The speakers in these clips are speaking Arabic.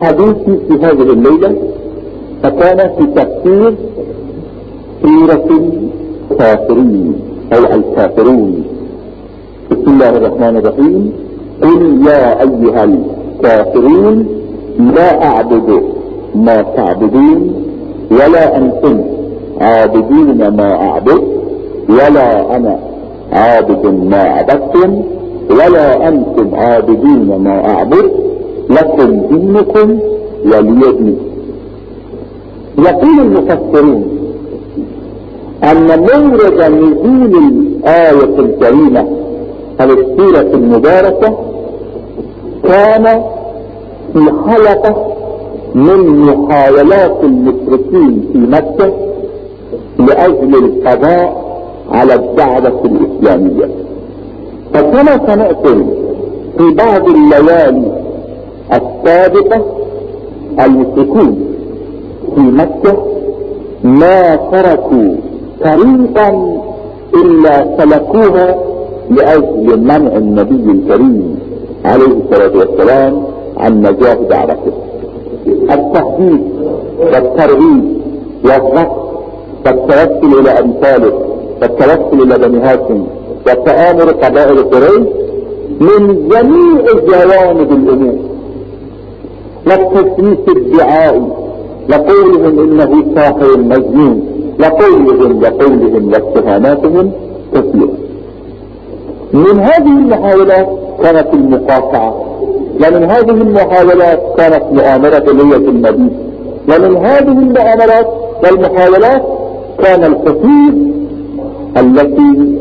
حديثي في هذه الليلة فكان في تفسير سورة الكافرين أو الكافرون. بسم الله الرحمن الرحيم. قل يا أيها الكافرون لا أعبد ما تعبدون ولا أنتم عابدون ما أعبد ولا أنا عابد ما عبدتم ولا أنتم عابدون ما أعبد لكم دينكم ولي دين. يقول المفسرون أن مورد نزول الآية الكريمة أو السورة المباركة كان في حلقة من محاولات المشركين في مكة لأجل القضاء على الدعوة الإسلامية. فكما سنأتي في بعض الليالي السابقة المشركون في مكة ما تركوا طريقا إلا سلكوها لأجل منع النبي الكريم عليه الصلاة والسلام عن نجاح دعوته. التهديد والترغيب والضغط والتوسل إلى أبي طالب والتوسل إلى بني هاشم وتآمر قبائل قريش من جميع جوانب الأمور، والتسليس الدعائي لقولهم إنه ساحر مجنون لقولهم واتهاماتهم كثيرة. من هذه المحاولات كانت المقاطعة، ومن هذه المحاولات كانت مؤامرة لية النبي، ومن هذه المؤامرات والمحاولات كان الكثير التي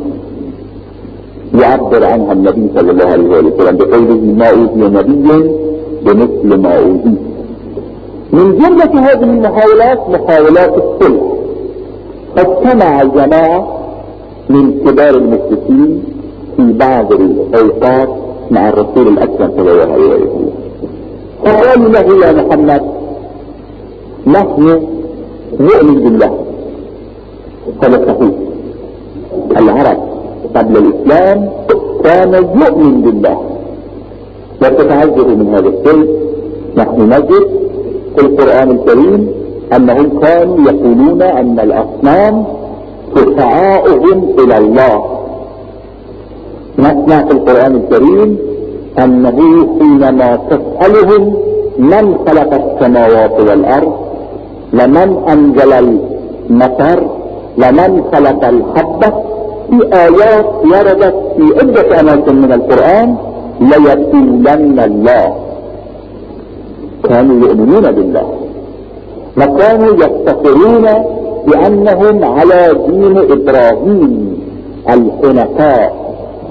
يعبر عنها النبي صلى الله عليه وسلم بقوله ما أوتي نبي بمثل ما أوتي. من جملة هذه المحاولات محاولات الصلح، فاجتمع جماعة من كبار المشركين في بعض الأوقات مع الرسول الأكرم صلى الله عليه وسلم فقالوا له يا محمد نحن نؤمن بالله. قال صحيح، العرب قبل الإسلام كان يؤمن بالله. لا تتعجبوا من هذا الشيء، نحن نجد في القرآن الكريم أنهم كانوا يقولون أن الأصنام شفعاؤهم إلى الله. نسمع في القرآن الكريم أنه حينما تسألهم من خلق السماوات والأرض لمن أنزل المطر لمن خلق الحبة، في آيات وردت في عدة أماكن من القرآن ليقولن الله. كانوا يؤمنون بالله وكانوا يفتخرون بأنهم على دين إبراهيم الحنفاء،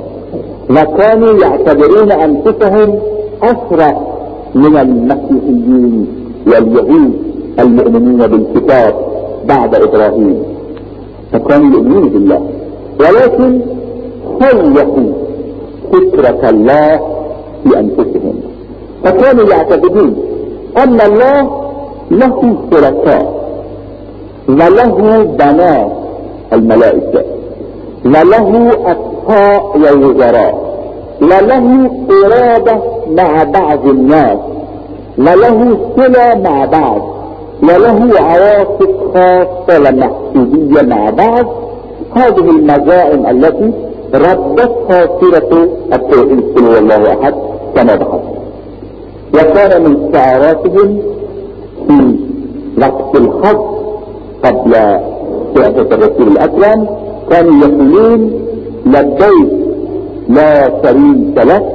وكانوا يعتبرون أنفسهم أسرع من المسيحيين واليهود المؤمنين بالكتاب بعد إبراهيم، فكانوا يؤمنون بالله ولكن خوفوا فكرة الله في أنفسهم، فكانوا يعتقدون أن الله له شركاء وله بنات الملائكة وله أتقاء ووزراء وله إرادة مع بعض الناس وله صلة مع بعض وله عواطف خاصة ومحسوبية مع بعض. هذه المزاعم التي ردتها سورة التوحيد قل هو الله أحد كما بحث. وكان من شعاراتهم في وقت الحج قبل بعثة الرسول الأكرم كانوا يقولون لبيك لا شريك لك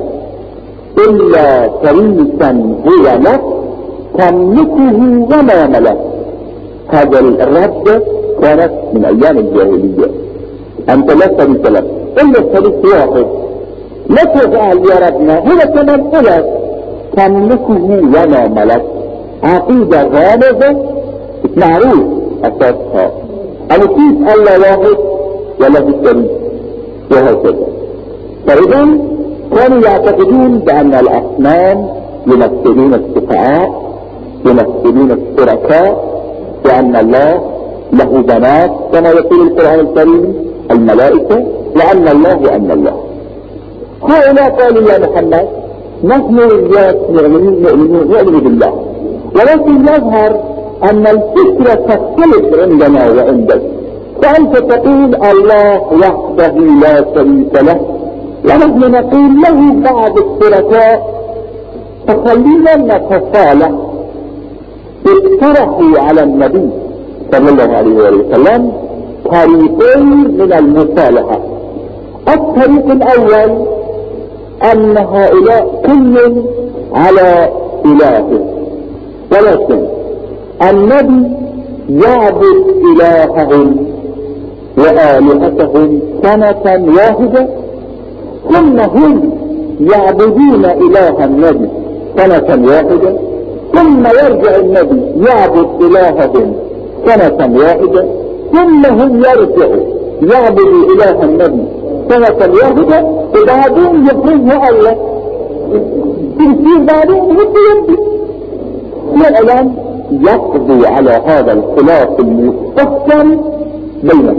إلا شريكا هو لك تملكه وما ملك. هذا الرد كانت من أيام الجاهلية، أنت لا شريك لك إلا شريك واحد، لا تجعل يا ربنا هو كمان لك تملكه وما ملك. عقيدة غامضة معروف أساسها أنكيس ألا واحد وله شريك وهكذا. فإذا كانوا يعتقدون بأن الأصنام يمثلون الشفعاء يمثلون الشركاء، وأن الله له بنات كما يقول القرآن الكريم الملائكة، وأن الله هؤلاء قالوا يا محمد نحن الناس نؤمن بالله، ولكن يظهر أن الفكرة تختلف عندنا وعندك. فأنت تقول الله وحده لا شريك له، ونحن نقول له بعض الشركاء. فخلينا نتصالح. اقترحوا على النبي صلى الله عليه وسلم طريقين من المصالحة. الطريق الأول أن هؤلاء كل على إلهه، ولكن النبي يعبد إلههم وآلهتهم سنة واحدة، ثم هم يعبدون إله النبي سنة واحدة، ثم يرجع النبي يعبد إلههم سنة واحدة، ثم هم يرجعوا يعبدوا إله النبي سنة واحدة، وبعدين يخرجها الله يصير بعدين يمضي. والآن يقضي على هذا الخلاف المستحكم بينهم.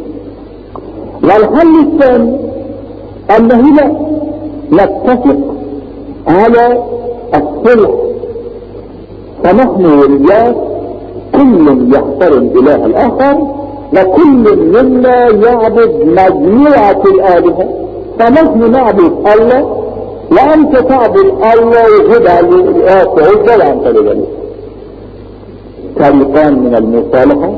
والحل الثاني أن هنا نتفق على الصلح، فنحن والناس كل يحترم إله الآخر، وكل منا يعبد مجموعة الآلهة. فنحن نعبد الله وأنت تعبد الله وهدى للآخر ولا أنت لذلك. طريقان من المصالحة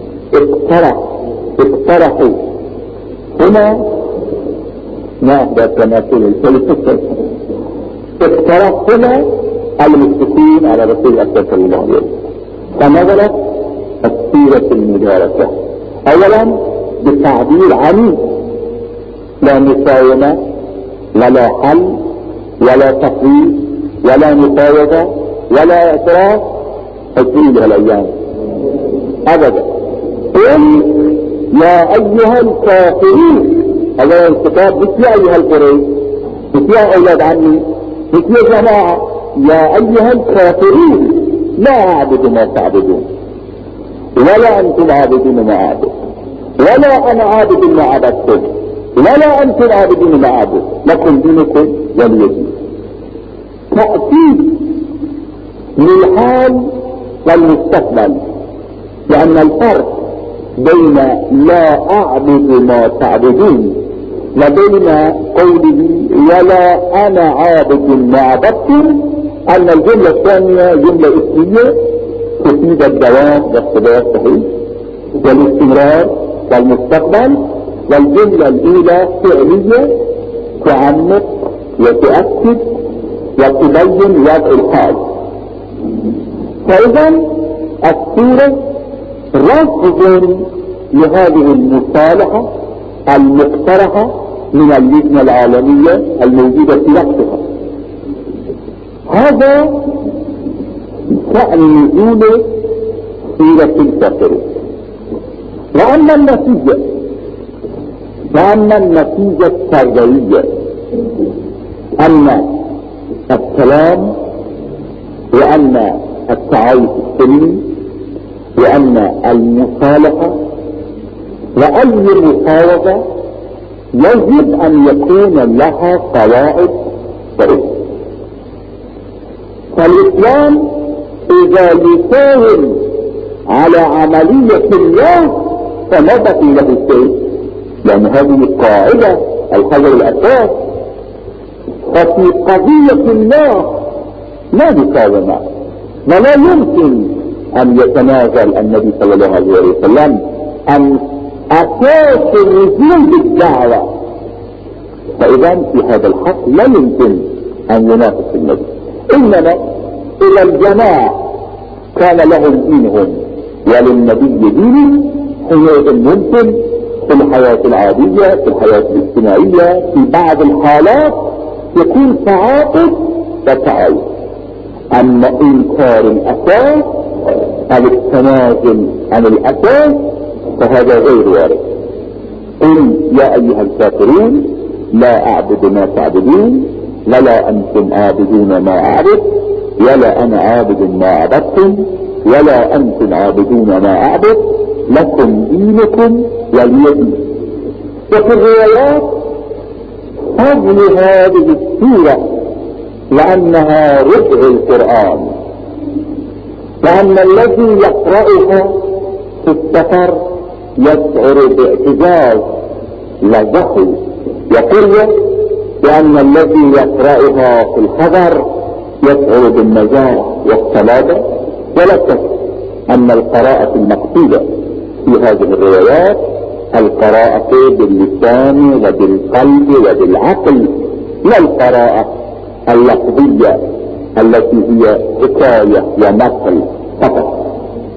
اقترحوا هنا ما أحدث تماثيل الكلمة. اقترح هنا المشركين على رسول الله صلى الله عليه وسلم، فنزلت السورة المباركة اولا بتعبير عنيف، لا مساومة ولا حل ولا تفويض ولا مفاوضة ولا اعتراف تجريد الايام ابدا. قل يا ايها الكافرين، هذا الخطاب مش يا ايها القريش، مش يا اولاد عمي، مش يا جماعة، يا ايها الكافرين لا اعبد ما تعبدون ولا انتم عابدون ما اعبد ولا انا عابد ما عبدتم ولا انتم عابدون ما اعبد، لكم دينكم ولي دين. تأكيد للحال والمستقبل، لأن الفرق بين لا أعبد ما تعبدون وبين قوله ولا أنا عابد ما عبدتم أن الجملة الثانية جملة اسمية تفيد الدوام والثبات صحيح والاستمرار والمستقبل، والجملة الأولى فعلية تعمق وتؤكد وتبين وضع الحال. فإذا السورة رفض لهذه المصالحة المقترحة من اللجنة العالمية الموجودة في وقتها. هذا شأن نزول سورة الكافرون. وأما النتيجة التربوية أن السلام وأن التعايش السلمي وأن المصالحة وأي مفاوضة يجب أن يكون لها قواعد وأسس. فالإسلام إذا يساهم على عملية الله فما بقي له شيء، لأن هذه القاعدة الحجر الأساس. ففي قضية الله لا مقاومة، ولا يمكن أن يتنازل النبي صلى الله عليه وسلم عن أساس وجود الدعوة. فإذا في هذا الحق لا يمكن أن ينافس النبي، إنما إلى الجماعة كان لهم دينهم وللنبي دين، حينئذ ممكن في الحياة العادية في الحياة الاجتماعية في بعض الحالات يكون تعاطف وتعايش. أما إنكار الأساس أو التنازل عن الأساس فهذا غير وارد. قل يا أيها الكافرون لا أعبد ما تعبدون ولا أنتم عابدون ما أعبد ولا أنا عابد ما عبدتم ولا أنتم عابدون ما أعبد لكم دينكم ولي دين. وفي الروايات فضل هذه السورة لأنها ربع القرآن، لأن الذي يقرأها في السفر يشعر باعتزاز لذته وقرية، لأن الذي يقرأها في الحضر يشعر بالنجاح والصلابة. ولا شك أن القراءة المقصودة في هذه الروايات القراءة باللسان وبالقلب وبالعقل، لا القراءة اللفظية التي هي حكاية ونقل فقط.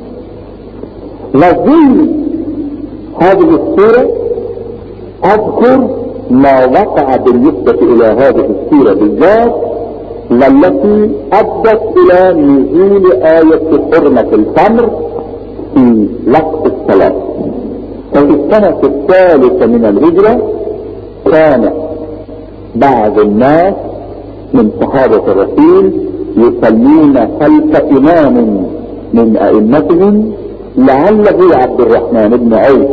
نظير هذه السورة أذكر ما وقع بالنسبة إلى هذه السورة بالذات، والتي أدت إلى نزول آية حرمة الخمر في وقت الصلاة. ففي السنة الثالثة من الهجرة كان بعض الناس من صحابة الرسول يصلون خلف إمام من أئمتهم لعله عبد الرحمن بن عوف،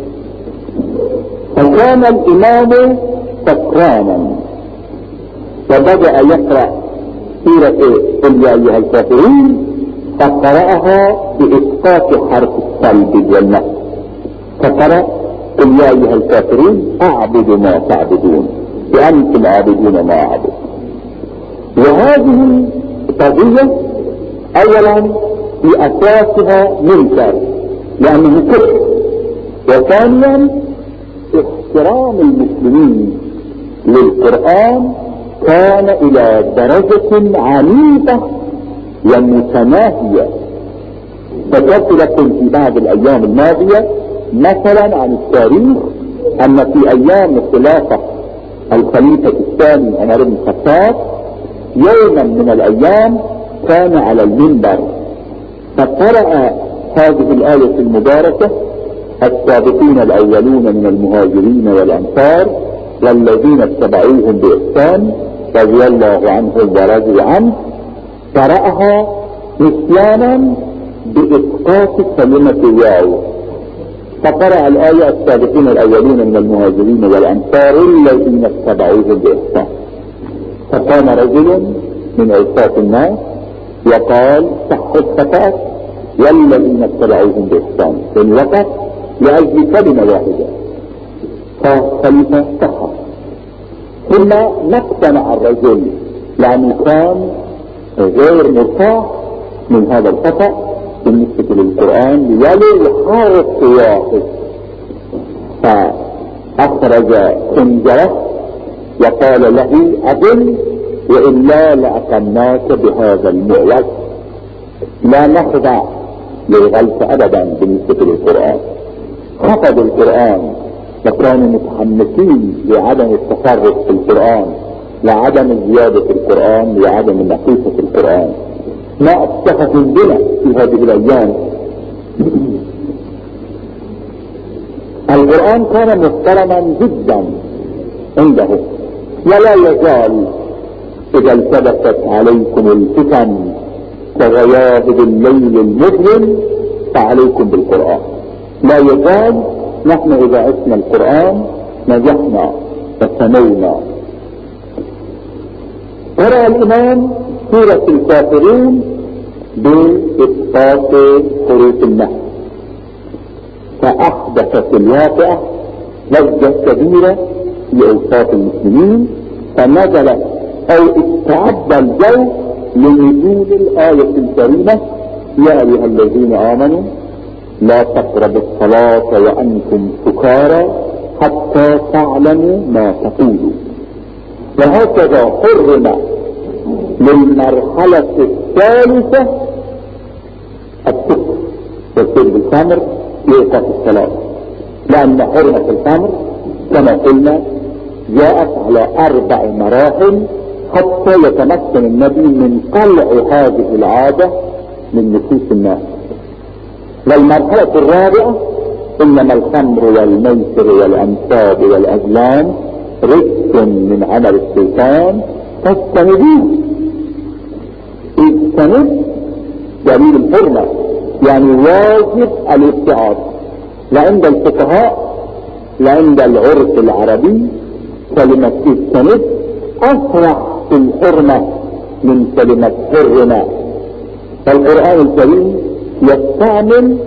فكان الإمام سكرانا وبدأ يقرأ سورة قل يا أيها الكافرون، فقرأها بإسقاط حرف الصلب والنفس، فقرأ قل يا أيها الكافرون أعبد ما تعبدون وأنتم عابدون ما أعبد. وهذه قضية أولا في أساسها منكر لأنه كفر، وثانيا احترام المسلمين للقرآن كان إلى درجة عنيفة ومتناهية. ذكرت لكم في بعض الأيام الماضية مثلا عن التاريخ أن في أيام خلافة الخليفة الثاني عمر بن الخطاب يوما من الأيام كان على المنبر فقرأ هذه الآية المباركة: السابقون الأولون من المهاجرين والأنصار والذين اتبعوهم بإحسان رضي الله عنهم ورضوا عنه. قرأها نسيانا بإسقاط كلمة الواو، فقرأ الآية: السابقون الأولون من المهاجرين والأنصار الذين اتبعوهم بإحسان. فقام رجل من أوساط الناس وقال: صحت فتاة والذين اتبعوهم بإحسان، إن وقف لأجل كلمة واحدة. فخليفة صحت، ثم ما اقتنع الرجل لأنه كان غير مرتاح من هذا الخطأ بالنسبة للقرآن ولو يحارب واحد، فأخرج خنجره وقال له: أقل وإلا لأقمناك بهذا المعوض. لا نخضع للغلط أبدا بالنسبة للقرآن. خفض القرآن وكانوا متحمسين لعدم التفرق في القرآن، لعدم زيادة القرآن، لعدم نقيصة القرآن. ما أفتخذ بنا في هذه الأيام. القرآن كان محترما جدا عنده، ولا يزال إذا التبست عليكم الفتن كغياهب الليل المظلم فعليكم بالقرآن. لا يزال نحن إذا عشنا القرآن نجحنا وسمونا. قرأ الإمام سورة الكافرون بإسقاط حروف النحو، فأحدثت الواقعة ضجة كبيرة لأوساط المسلمين، فنزل أو استعد الجو لنزول الآية الكريمة: يا أيها الذين آمنوا لا تقربوا الصلاة وأنتم سكارى حتى تعلموا ما تقولوا. وهكذا حرم للمرحلة الثالثة السكر والشرب الخمر لإيقاف الصلاة، لأن حرمة الخمر كما قلنا جاءت على 4 مراحل حتى يتمكن النبي من قلع هذه العادة من نفوس الناس. والمرحلة الرابعة: إنما الخمر والميسر والأنصاب والأزلام رجس من عمل الشيطان فاجتنبوه. اجتنب دليل الحرمة، يعني واجب الابتعاد. لعند الفقهاء لعند العرف العربي كلمة اجتنب أصرح في الحرمة من كلمة حرمة. فالقرآن الكريم يستعمل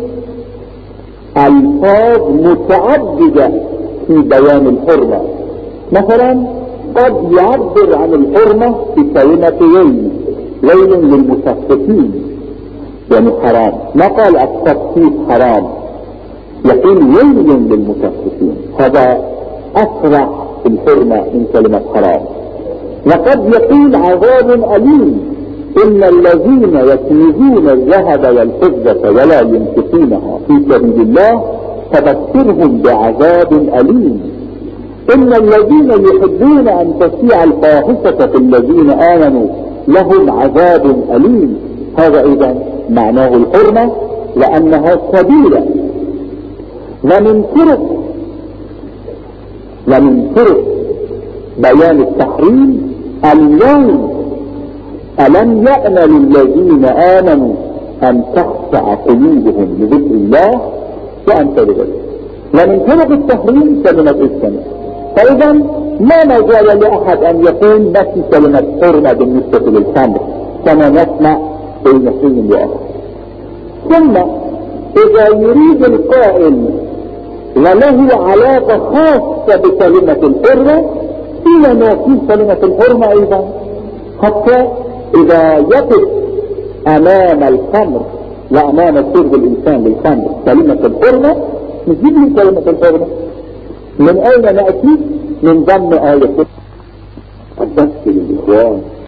ألفاظ متعددة في بيان الحرمة. مثلا قد يعبر عن الحرمة بكلمة ويل للمسفهين، يعني حرام، ما قال التسفيه حرام، يقول ويل للمسفهين، هذا أسرع في الحرمة من كلمة حرام. وقد يقول عذاب أليم، إن الذين يكنزون الذهب والفضة ولا ينفقونها في سبيل الله فبشرهم بعذاب أليم، إن الذين يحبون أن تشيع الفاحشة في الذين آمنوا لهم عذاب أليم. هذا إذا معناه الحرمة لأنها كبيرة. ومن طرق بيان التحريم اليوم ألم يأن للذين آمنوا أن تخشع قلوبهم لذكر الله وأمثال ذلك. ومن طرق التحريم كلمة السنة. فإذا ما مجال لأحد أن يقول نفي كلمة حرمة بالنسبة للخمر كما نسمع بين حين وآخر. ثم إذا يريد القائل وله علاقة خاصة بكلمة الحرمة إلى ما في كلمة الحرمة أيضا، حتى إذا يقف أمام الخمر وأمام شرب الإنسان للخمر كلمة الحرمة نجيب له كلمة الحرمة. من أين نأتي؟ من ضمن آية الدرس للإخوان